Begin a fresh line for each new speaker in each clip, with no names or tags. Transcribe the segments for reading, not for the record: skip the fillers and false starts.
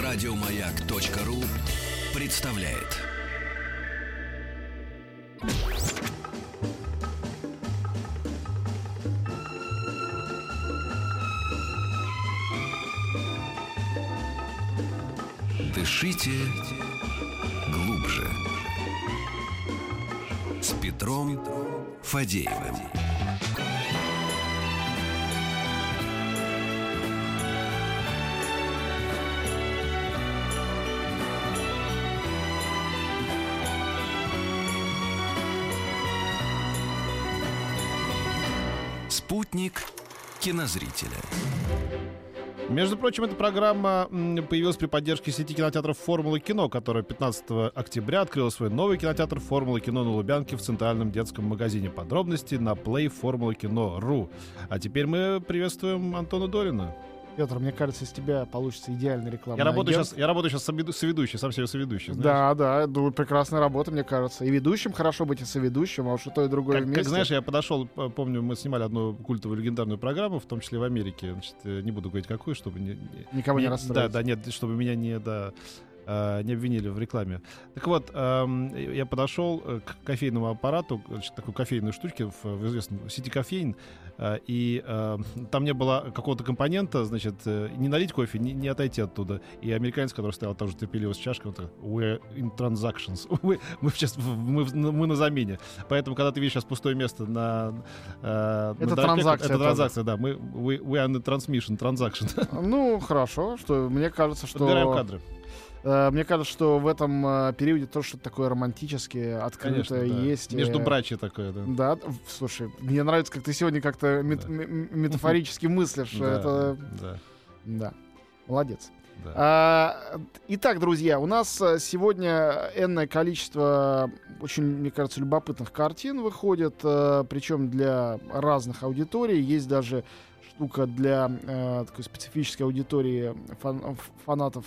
Радиомаяк.ру представляет. Дышите глубже. С Петром Фадеевым. Спутник кинозрителя.
Между прочим, эта программа появилась при поддержке сети кинотеатров «Формула кино», которая 15 октября открыла свой новый кинотеатр «Формула кино» на Лубянке в Центральном детском магазине. Подробности на playformulakino.ru. А теперь мы приветствуем Антона Долина.
Петр, мне кажется, из тебя получится идеальный рекламный
Я работаю
агент.
сейчас соведущий, сам себе соведущий.
Да, думаю, прекрасная работа, мне кажется. И ведущим хорошо быть, и соведущим, а уж и то, и другое вместе.
Как знаешь, я подошел, помню, мы снимали одну культовую легендарную программу, в том числе в Америке. Значит, не буду говорить какую, чтобы
никого не расстроить.
Да, нет, чтобы меня не обвинили в рекламе. Так вот, я подошел к кофейному аппарату, значит, такой кофейной штучке в известном сети кофеин, и там не было какого-то компонента, значит, не налить кофе, не отойти оттуда. И американец, который стоял тоже терпеливо с чашкой, он такой: "We're in transactions". Мы на замене. Поэтому, когда ты видишь сейчас пустое место
это транзакция.
Это транзакция, да. We are in transmission, transaction.
Ну, хорошо, что мне кажется, что...
Подбираем кадры.
Мне кажется, что в этом периоде тоже что-то такое романтическое, открытое.
Конечно, да.
Есть.
Междубрачие такое, да.
Да, слушай, мне нравится, как ты сегодня как-то метафорически мыслишь. Да, молодец.
Да.
Итак, друзья, у нас сегодня энное количество очень, мне кажется, любопытных картин выходит, причем для разных аудиторий. Есть даже штука для такой специфической аудитории фанатов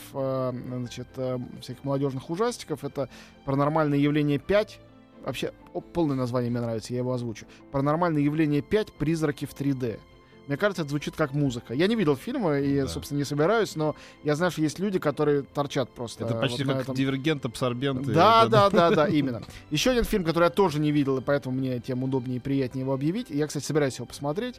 всяких молодежных ужастиков. Это «Паранормальное явление 5». Вообще, полное название мне нравится, я его озвучу. «Паранормальное явление 5. Призраки в 3D». Мне кажется, это звучит как музыка. Я не видел фильма и, собственно, не собираюсь, но я знаю, что есть люди, которые торчат просто.
Это почти
вот
как «Дивергент», «Абсорбент».
Да, именно. Еще один фильм, который я тоже не видел, и поэтому мне тем удобнее и приятнее его объявить. Я, кстати, собираюсь его посмотреть.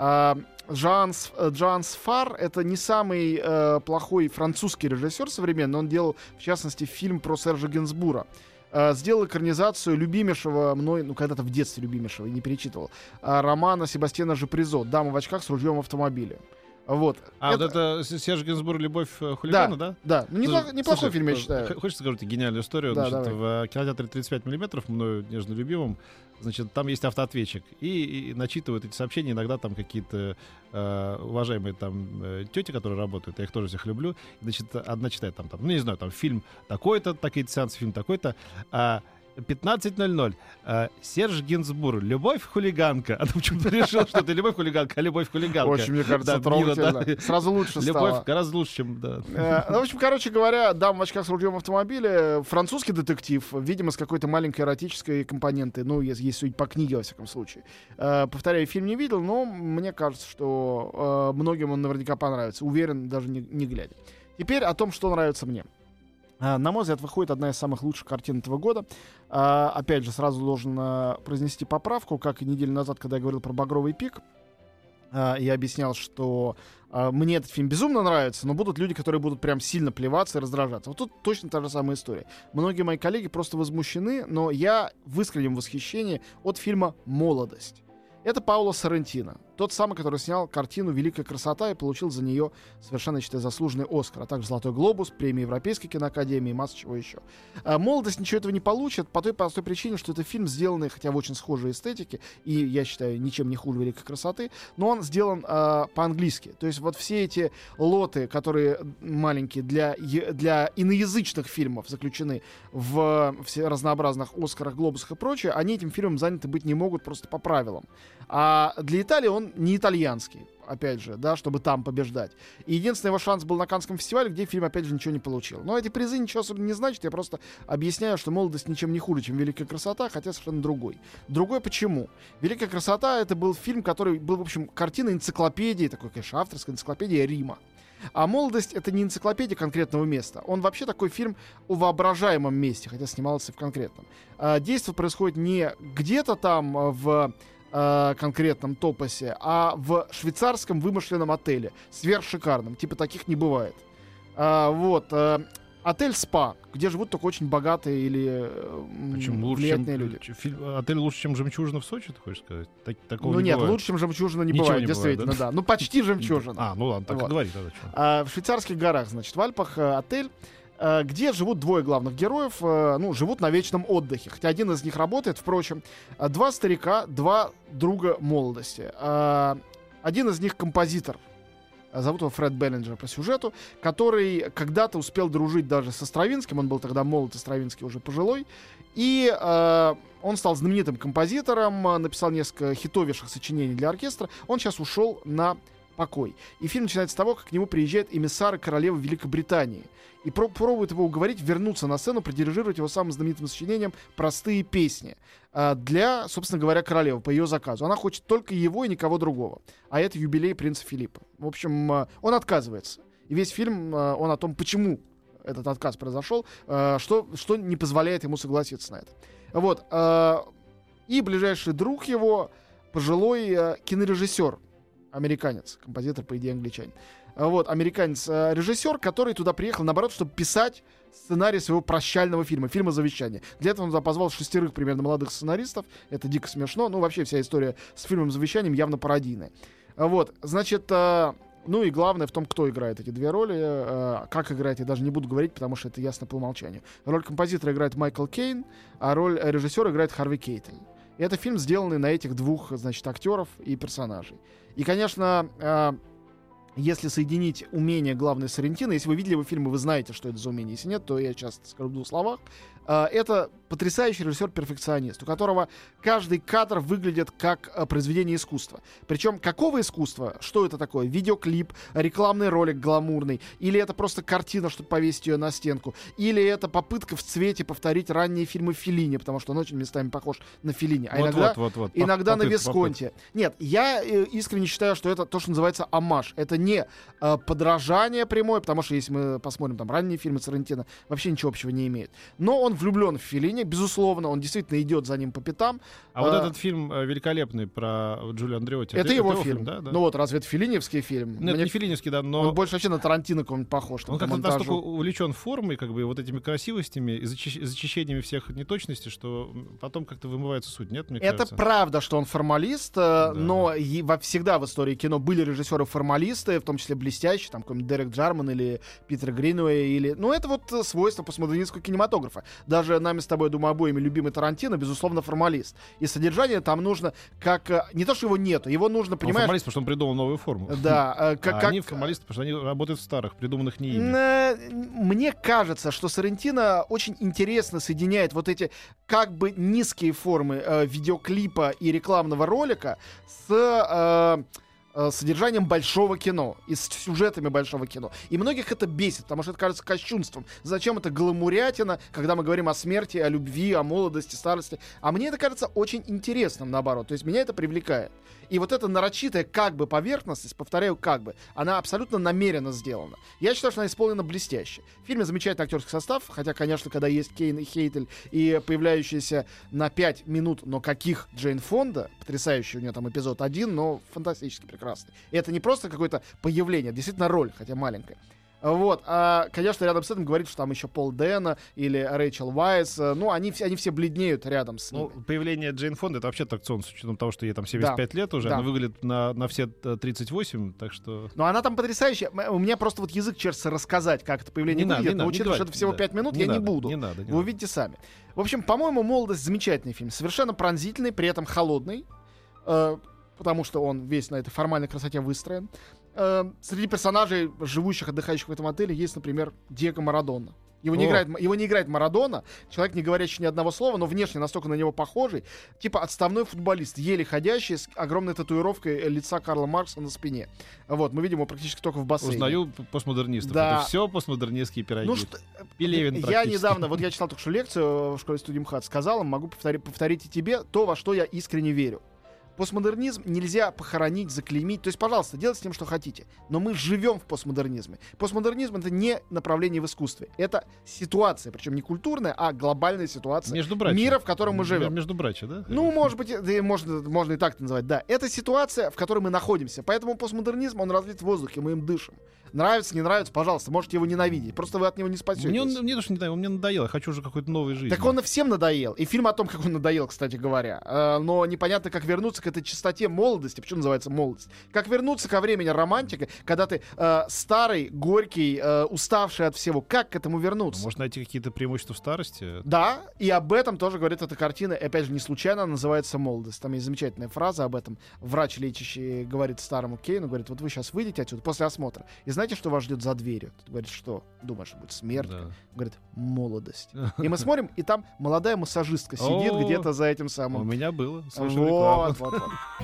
Жанс Фар — это не самый плохой французский режиссер современный. Он делал, в частности, фильм про Сержа Гинзбура. Сделал экранизацию любимейшего мной, когда-то в детстве любимейшего, и не перечитывал, романа Себастьяна Жапризо «Дама в очках с ружьем в автомобиле». Вот.
Вот это Серж Гинзбур «Любовь хулигана», да?
Да. Неплохой фильм, я считаю.
Хочется сказать гениальную историю.
Да,
значит, в кинотеатре 35 мм, мною нежно любимым, значит, там есть автоответчик. И начитывают эти сообщения иногда там какие-то уважаемые там тети, которые работают, я их тоже всех люблю. Значит, одна читает там, не знаю, там фильм такой-то, такие-то сеансы, фильм такой-то. 15:00. Серж Гинзбур «Любовь хулиганка». Она почему-то решила, что это «Любовь хулиганка», а «Любовь хулиганка».
Очень, мне кажется, трогательно. Да. Сразу лучше стало.
Любовь гораздо лучше, чем... Да.
В общем, короче говоря, «Дама в очках с ружьем в автомобиле» — французский детектив, видимо, с какой-то маленькой эротической компонентой. Ну, если судить по книге, во всяком случае. Повторяю, фильм не видел, но мне кажется, что многим он наверняка понравится. Уверен, даже не глядя. Теперь о том, что нравится мне. На мой взгляд, выходит одна из самых лучших картин этого года. Опять же, сразу должен произнести поправку, как и неделю назад, когда я говорил про «Багровый пик». Я объяснял, что мне этот фильм безумно нравится, но будут люди, которые будут прям сильно плеваться и раздражаться. Вот тут точно та же самая история. Многие мои коллеги просто возмущены, но я в искреннем восхищении от фильма «Молодость». Это Паоло Соррентино. Тот самый, который снял картину «Великая красота» и получил за нее совершенно, считаю, заслуженный «Оскар», а также «Золотой глобус», премию Европейской киноакадемии и масса чего еще. «Молодость» ничего этого не получит по той простой причине, что это фильм, сделанный, хотя в очень схожей эстетике, и, я считаю, ничем не хуже «Великой красоты», но он сделан по-английски. То есть вот все эти лоты, которые маленькие для иноязычных фильмов заключены в все разнообразных «Оскарах», «Глобусах» и прочее, они этим фильмом заняты быть не могут просто по правилам. А для Италии он не итальянский, опять же, да, чтобы там побеждать. И единственный его шанс был на Каннском фестивале, где фильм, опять же, ничего не получил. Но эти призы ничего особенно не значат. Я просто объясняю, что «Молодость» ничем не хуже, чем «Великая красота», хотя совершенно другой. Другой почему? «Великая красота» — это был фильм, который был, в общем, картиной энциклопедии, такой, конечно, авторской энциклопедии Рима. А «Молодость» — это не энциклопедия конкретного места. Он вообще такой фильм о воображаемом месте, хотя снимался в конкретном. Действие происходит не где-то там в конкретном топосе, а в швейцарском вымышленном отеле, сверхшикарном. Типа таких не бывает. Отель «Спа», где живут только очень богатые или влиятельные люди.
Отель лучше, чем «Жемчужина» в Сочи, ты хочешь сказать? Такого
Ну
не
нет,
бывает.
лучше, чем «Жемчужина» не
Ничего
бывает,
не
действительно,
бывает,
да. Ну почти «Жемчужина».
Ну ладно, так и говори тогда. Что.
В швейцарских горах, значит, в Альпах отель, где живут двое главных героев, живут на вечном отдыхе. Хотя один из них работает, впрочем. Два старика, два друга молодости. Один из них композитор. Зовут его Фред Беллинджер по сюжету, который когда-то успел дружить даже со Стравинским. Он был тогда молод, и Стравинский уже пожилой. И он стал знаменитым композитором, написал несколько хитовейших сочинений для оркестра. Он сейчас ушел на покой. И фильм начинается с того, как к нему приезжает эмиссар королевы Великобритании. И пробует его уговорить вернуться на сцену, продирижировать его самым знаменитым сочинением «Простые песни» для, собственно говоря, королевы по ее заказу. Она хочет только его и никого другого. А это юбилей принца Филиппа. В общем, он отказывается. И весь фильм он о том, почему этот отказ произошел, что не позволяет ему согласиться на это. И ближайший друг его, пожилой кинорежиссер, американец, композитор, по идее, англичанин. Американец-режиссер, который туда приехал, наоборот, чтобы писать сценарий своего прощального фильма «Завещание». Для этого он туда позвал 6 примерно молодых сценаристов. Это дико смешно. Вообще вся история с фильмом «Завещанием» явно пародийная. И главное в том, кто играет эти две роли. Как играет, я даже не буду говорить, потому что это ясно по умолчанию. Роль композитора играет Майкл Кейн, а роль режиссера играет Харви Кейтель. И это фильм, сделанный на этих двух, актеров и персонажей. И, конечно, если соединить умение главной Соррентино, если вы видели его фильмы, вы знаете, что это за умение. Если нет, то я часто скажу в 2 словах. Это потрясающий режиссер-перфекционист, у которого каждый кадр выглядит как произведение искусства. Причем какого искусства? Что это такое? Видеоклип, рекламный ролик гламурный? Или это просто картина, чтобы повесить ее на стенку? Или это попытка в цвете повторить ранние фильмы Феллини, потому что он очень местами похож на Феллини. А иногда на Висконти. Нет, я искренне считаю, что это то, что называется оммаж. Это не подражание прямое, потому что если мы посмотрим там ранние фильмы Соррентино, вообще ничего общего не имеет. Но он влюблен в Феллини, безусловно, он действительно идет за ним по пятам.
Вот этот фильм великолепный про Джулио Андреотти.
Это его фильм.
Да?
Разве это феллиневский фильм?
Нет, не феллиневский, да, но...
Он больше вообще на Тарантино какой-нибудь похож.
Он как-то настолько увлечен формой, вот этими красивостями и зачищениями всех неточностей, что потом как-то вымывается суть, нет, мне кажется?
Это правда, что он формалист, но всегда в истории кино были режиссеры-формалисты, в том числе блестящие, там какой-нибудь Дерек Джарман или Питер Гринуэй, или... это свойство постмодернистского кинематографа. Даже нами с тобой, я думаю, обоими любимый Тарантино, безусловно, формалист. И содержание там нужно как... Не то, что его нету, его нужно, понимаешь... Он
формалист, потому что он придумал новую форму.
Да.
Они формалисты, потому что они работают в старых, придуманных не ими.
Мне кажется, что Соррентино очень интересно соединяет вот эти как бы низкие формы видеоклипа и рекламного ролика с... содержанием большого кино и с сюжетами большого кино. И многих это бесит, потому что это кажется кощунством. Зачем это гламурятина, когда мы говорим о смерти, о любви, о молодости, старости? А мне это кажется очень интересным, наоборот. То есть меня это привлекает. И вот эта нарочитая как бы поверхностность, повторяю, как бы, она абсолютно намеренно сделана. Я считаю, что она исполнена блестяще. В фильме замечательный актерский состав, хотя, конечно, когда есть Кейн и Хейтель и появляющийся на 5 минут, но каких, Джейн Фонда, потрясающий у нее там эпизод 1, но фантастически прекрасный. И это не просто какое-то появление, действительно роль, хотя маленькая. Конечно, рядом с этим говорит, что там еще Пол Дэна или Рэйчел Вайс. Они все бледнеют рядом с ними.
Появление Джейн Фонда — это вообще аттракцион, с учетом того, что ей там 75 лет уже. Она выглядит на все 38, так что...
Но она там потрясающая. У меня просто язык чешется рассказать, как это появление выглядит. Но учитывая, что это всего 5 минут, я не буду. Вы увидите сами. В общем, по-моему, «Молодость» — замечательный фильм. Совершенно пронзительный, при этом холодный. Потому что он весь на этой формальной красоте выстроен. Среди персонажей, живущих, отдыхающих в этом отеле, есть, например, Диего Марадона. Его не играет Марадона, человек, не говорящий ни одного слова, но внешне настолько на него похожий. Типа отставной футболист, еле ходящий, с огромной татуировкой лица Карла Маркса на спине. Мы видим его практически только в бассейне.
Узнаю постмодернистов.
Да.
Это все постмодернистские пироги. Пелевин
я недавно, я читал только что лекцию в школе студии МХАТ, сказал им, могу повторить и тебе то, во что я искренне верю. Постмодернизм нельзя похоронить, заклеймить. То есть, пожалуйста, делайте с ним, что хотите. Но мы живем в постмодернизме. Постмодернизм — это не направление в искусстве. Это ситуация, причем не культурная, а глобальная ситуация мира, в котором мы живем.
Междубрачие, да?
Ну, может быть, можно и так это назвать, да. Это ситуация, в которой мы находимся. Поэтому постмодернизм, он развит в воздухе, мы им дышим. Нравится, не нравится, пожалуйста, можете его ненавидеть. Просто вы от него не спасетесь.
Мне тоже не он мне надоел, я хочу уже какой-то новой жизни.
Так он и всем надоел. И фильм о том, как он надоел, кстати говоря. Но непонятно, как вернуться к этой чистоте молодости. Почему называется молодость? Как вернуться ко времени романтика, когда ты старый, горький, уставший от всего. Как к этому вернуться?
Можно найти какие-то преимущества в старости.
Да, и об этом тоже говорит эта картина. И опять же, не случайно она называется «Молодость». Там есть замечательная фраза об этом. Врач, лечащий, говорит старому Кейну, говорит: вот вы сейчас выйдете отсюда после осмотра. И знаете, что вас ждет за дверью? Тот говорит: что? Думаешь, будет смерть?
Да.
Говорит: молодость. И мы смотрим, и там молодая массажистка сидит где-то за этим самым.
У меня было.
Вот.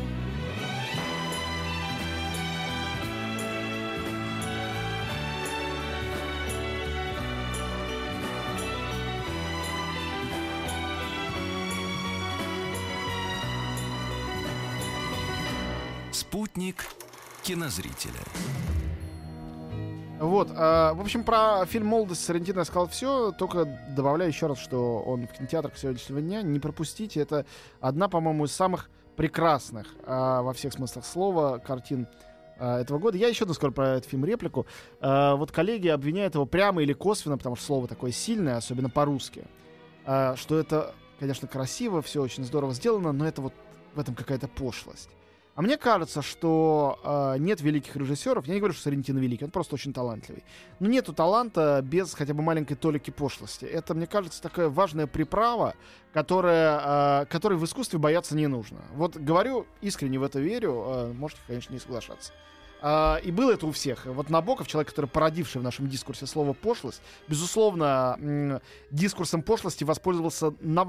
Спутник кинозрителя.
Вот, в общем, про фильм «Молодость» Соррентино я сказал все, только добавляю еще раз, что он в кинотеатрах сегодняшнего дня. Не пропустите, это одна, по-моему, из самых прекрасных во всех смыслах слова картин этого года. Я еще скоро про этот фильм реплику. Вот коллеги обвиняют его прямо или косвенно, потому что слово такое сильное, особенно по-русски, что это, конечно, красиво, все очень здорово сделано, но это вот в этом какая-то пошлость. А мне кажется, что нет великих режиссеров. Я не говорю, что Соррентино великий, он просто очень талантливый. Но нету таланта без хотя бы маленькой толики пошлости. Это, мне кажется, такая важная приправа, которой в искусстве бояться не нужно. Вот говорю, искренне в это верю. Можете, конечно, не соглашаться. И было это у всех. Вот Набоков, человек, который породивший в нашем дискурсе слово «пошлость», безусловно, дискурсом пошлости воспользовался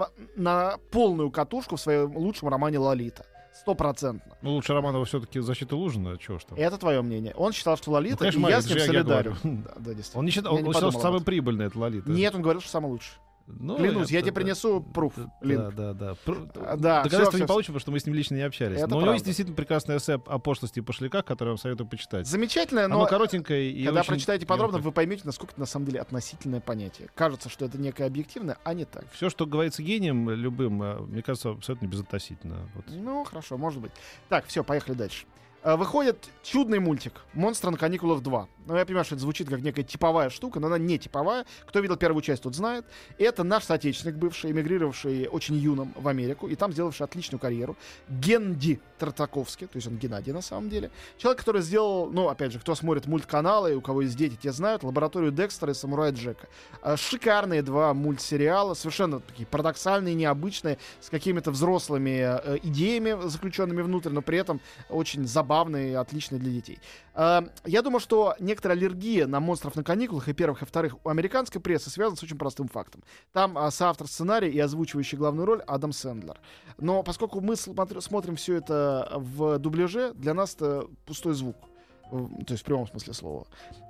на полную катушку в своем лучшем романе «Лолита». 100%.
Ну, лучше Романова все-таки «Защита Лужина». Чего ж там?
Это твое мнение. Он считал, что «Лолита»,
конечно,
и я с ним солидарен.
Он считал, что самый прибыльный это «Лолита».
Нет, он говорил, что самый лучший.
Ну,
клянусь, я тебе принесу пруф.
Да. Доказательства не получим, потому что мы с ним лично не общались. Но у него есть действительно прекрасный эссе о пошлости и пошляках, который я вам советую почитать.
Замечательное, но
оно коротенькое и
когда
очень
прочитаете подробно, вы поймете, насколько это на самом деле относительное понятие. Кажется, что это некое объективное, а не так.
Все, что говорится гением любым, мне кажется, абсолютно безотносительно. Вот.
Ну, хорошо, может быть. Так, все, поехали дальше. Выходит чудный мультик «Монстры на каникулах 2». Ну, я понимаю, что это звучит как некая типовая штука, но она не типовая. Кто видел первую часть, тот знает. Это наш соотечественник, бывший, эмигрировавший очень юным в Америку, и там сделавший отличную карьеру. Генди Тартаковский, то есть он Геннадий на самом деле. Человек, который сделал, ну, опять же, кто смотрит мультканалы, у кого есть дети, те знают, «Лабораторию Декстера» и «Самурая Джека». Шикарные два мультсериала, совершенно такие парадоксальные, необычные, с какими-то взрослыми идеями, заключенными внутрь, но при этом очень забавные и отличные для детей. Я думаю, что некоторая аллергия на «Монстров на каникулах» и первых, и вторых у американской прессы связана с очень простым фактом. Там соавтор сценария и озвучивающий главную роль Адам Сэндлер. Но поскольку мы смотрим все это в дубляже, для нас это пустой звук. То есть в прямом смысле слова.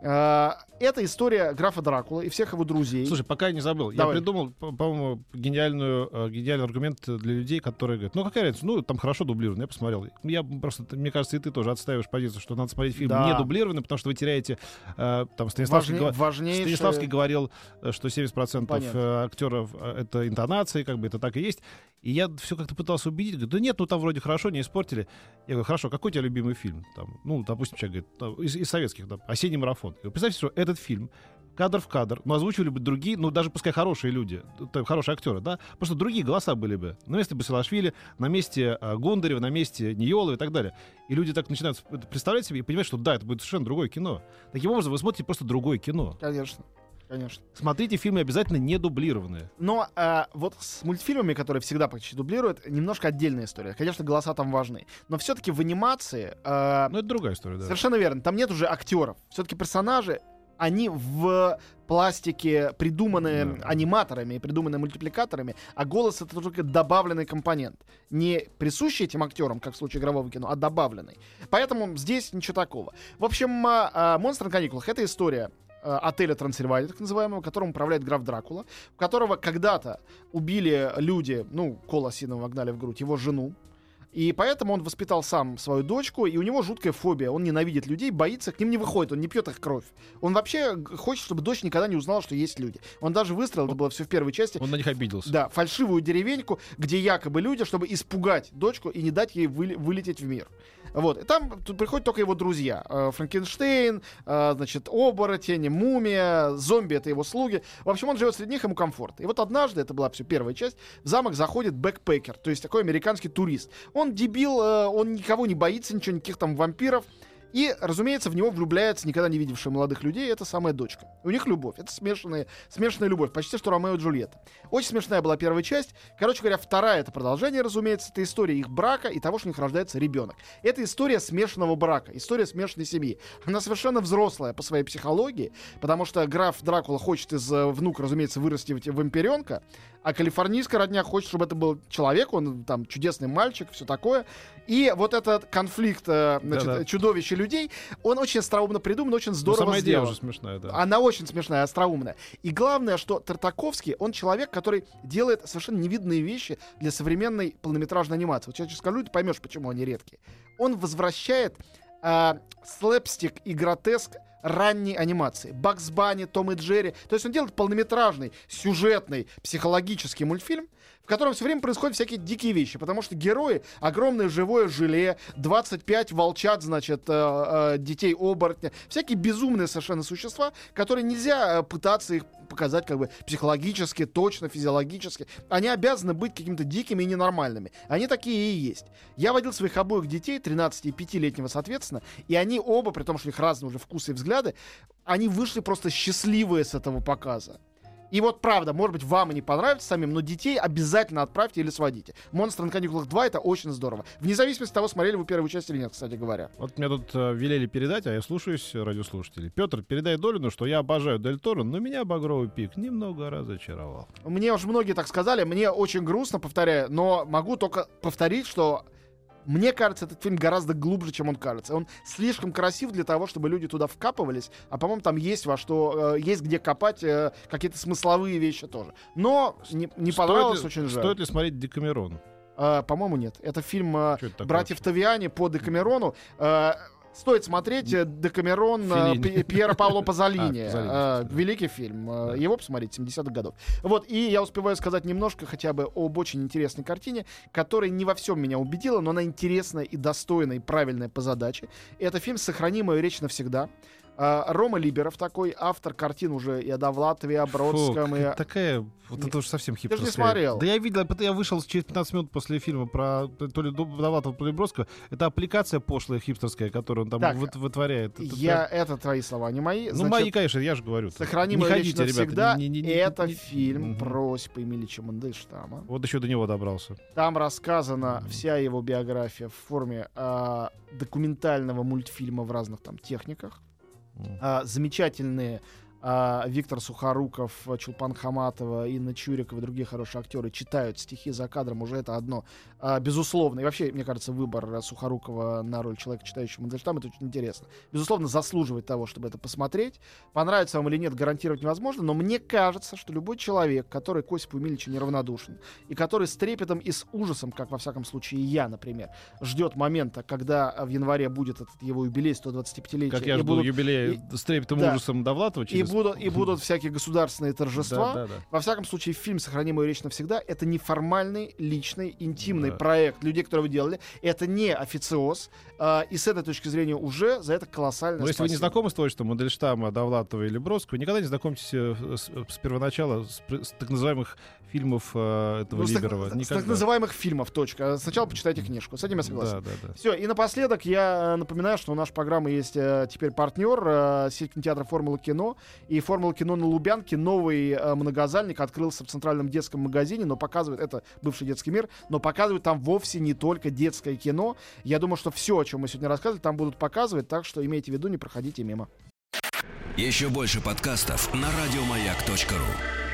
Это история графа Дракулы и всех его друзей.
Слушай, пока я не забыл.
Давай.
Я придумал, по-моему, гениальный аргумент для людей, которые говорят: ну какая разница, ну там хорошо дублировано, я посмотрел. Я просто, мне кажется, и ты тоже отстаиваешь позицию, что надо смотреть фильм не дублированный, потому что вы теряете... Там Станиславский говорил, что 70% актеров это интонации, как бы это так и есть. И я все как-то пытался убедить, говорю: да нет, ну там вроде хорошо, не испортили. Я говорю: хорошо, какой у тебя любимый фильм? Там, ну, допустим, человек говорит, из советских, там, «Осенний марафон». Я говорю: представьте, что этот фильм кадр в кадр, но озвучивали бы другие, ну, даже пускай хорошие люди, хорошие актеры, да, просто другие голоса были бы. На месте Басилашвили, на месте Гундарева, на месте Ниолы и так далее. И люди так начинают представлять себе и понимать, что да, это будет совершенно другое кино. Таким образом, вы смотрите просто другое кино.
Конечно. Конечно.
Смотрите фильмы обязательно не дублированные.
Но вот с мультфильмами, которые всегда почти дублируют, немножко отдельная история. Конечно, голоса там важны. Но все-таки в анимации...
Ну, это другая история, да.
Совершенно верно. Там нет уже актеров. Все-таки персонажи, они в пластике придуманы аниматорами, придуманы мультипликаторами, а голос — это только добавленный компонент. Не присущий этим актерам, как в случае игрового кино, а добавленный. Поэтому здесь ничего такого. В общем, «Монстры на каникулах» — это история отеля Трансильвания, так называемого, которым управляет граф Дракула, в которого когда-то убили люди, ну, кол осиновым вогнали в грудь, его жену. И поэтому он воспитал сам свою дочку, и у него жуткая фобия. Он ненавидит людей, боится, к ним не выходит, он не пьет их кровь. Он вообще хочет, чтобы дочь никогда не узнала, что есть люди. Он даже выстроил, это было все в первой части.
Он на них обиделся.
Да, фальшивую деревеньку, где якобы люди, чтобы испугать дочку и не дать ей вылететь в мир. Вот. И там тут приходят только его друзья. Франкенштейн, значит, оборотень, мумия, зомби — это его слуги. В общем, он живет среди них, ему комфорт. И вот однажды, это была все первая часть, в замок заходит бэкпекер, то есть такой американский турист. Он дебил, он никого не боится, ничего, никаких там вампиров. И, разумеется, в него влюбляется никогда не видевшая молодых людей эта самая дочка. У них любовь. Это смешанная любовь. Почти что Ромео и Джульетта. Очень смешная была первая часть. Короче говоря, вторая — это продолжение, разумеется. Это история их брака и того, что у них рождается ребенок. Это история смешанного брака. История смешанной семьи. Она совершенно взрослая по своей психологии, потому что граф Дракула хочет из внука, разумеется, вырастить вампиренка, а калифорнийская родня хочет, чтобы это был человек, он там чудесный мальчик, все такое. И вот этот конфликт, значит, чудовищ и людей, он очень остроумно придуман, очень здорово
сама
сделан.
идея уже смешная, да.
Она очень смешная, остроумная. И главное, что Тартаковский, он человек, который делает совершенно невиданные вещи для современной полнометражной анимации. Вот я сейчас скажу, и ты поймешь, почему они редкие. Он возвращает слэпстик и гротеск ранней анимации. Бакс Банни, Том и Джерри. То есть он делает полнометражный, сюжетный, психологический мультфильм, в котором все время происходят всякие дикие вещи, потому что герои — огромное живое желе, 25 волчат, значит, детей-оборотня, всякие безумные совершенно существа, которые нельзя пытаться их показать как бы психологически, точно, физиологически. Они обязаны быть какими-то дикими и ненормальными. Они такие и есть. Я водил своих обоих детей, 13 и 5-летнего соответственно, и они оба, при том, что у них разные уже вкусы и взгляды, они вышли просто счастливые с этого показа. И вот правда, может быть, вам и не понравится самим, но детей обязательно отправьте или сводите. «Монстры на каникулах 2» — это очень здорово. Вне зависимости от того, смотрели вы первую часть или нет, кстати говоря.
Вот мне тут велели передать, а я слушаюсь радиослушателей. Петр, передай Долину, что я обожаю Дель Торо, но меня «Багровый пик» немного разочаровал.
Мне уже многие так сказали, мне очень грустно, повторяю, но могу только повторить, что мне кажется, этот фильм гораздо глубже, чем он кажется. Он слишком красив для того, чтобы люди туда вкапывались, а, по-моему, там есть во что, есть где копать какие-то смысловые вещи тоже. Но не понравилось, очень жаль.
Стоит ли смотреть «Декамерон»?
По-моему, нет. Это фильм братьев Тавиани по Декамерону. Стоит смотреть «Декамерон» Пьера Паоло Пазолини. Великий фильм. Его посмотрите, 70-х годов. Вот, и я успеваю сказать немножко хотя бы об очень интересной картине, которая не во всем меня убедила, но она интересная и достойная, и правильная по задаче. Это фильм «Сохрани мою речь навсегда». Рома Либеров такой, автор картин уже и о Довлатове, и о Бродском.
Фу, такая, вот это уж совсем хипстерская.
Ты же не смотрел.
Да я видел, я вышел через 15 минут после фильма про то ли Довлатова, то ли Бродского. Это аппликация пошлая хипстерская, которую он там
так,
вытворяет.
Это твои слова, не мои.
Ну, мои, конечно, я же говорю.
«Сохрани мою речь навсегда»
—
это фильм про Осипа Емельича Мандельштама.
Вот еще до него добрался.
Там рассказана вся его биография в форме документального мультфильма в разных там техниках. Замечательные Виктор Сухоруков, Чулпан Хаматова, Инна Чурикова и другие хорошие актеры читают стихи за кадром. Уже это одно безусловно. И вообще, мне кажется, выбор Сухорукова на роль человека, читающего Мандельштама, это очень интересно. Безусловно, заслуживает того, чтобы это посмотреть. Понравится вам или нет, гарантировать невозможно. Но мне кажется, что любой человек, который к Осипу Емельичу неравнодушен, и который с трепетом и с ужасом, как во всяком случае я, например, ждет момента, когда в январе будет этот его юбилей, 125-летие.
Как я жду юбилей с трепетом и ужасом Довлатова через...
И будут всякие государственные торжества.
Да.
Во всяком случае, фильм «Сохрани мою речь навсегда» — это неформальный, личный, интимный проект людей, которые вы делали. Это не официоз. И с этой точки зрения уже за это колоссальное
спасибо. Если вы не знакомы с творчеством Мандельштама, Довлатова или Бродского, никогда не знакомьтесь с первоначала, с так называемых фильмов этого Либерова.
С так называемых фильмов, точка. Сначала почитайте книжку. С этим я согласен. Да. Все, и напоследок я напоминаю, что у нашей программы есть теперь партнер, сеть кинотеатра «Формула кино». И «Формула кино» на Лубянке, новый многозальник, открылся в Центральном детском магазине, но показывает, это бывший детский мир, но показывает там вовсе не только детское кино. Я думаю, что все, о чем мы сегодня рассказывали, там будут показывать, так что имейте в виду, не проходите мимо.
Еще больше подкастов на радиомаяк.ру.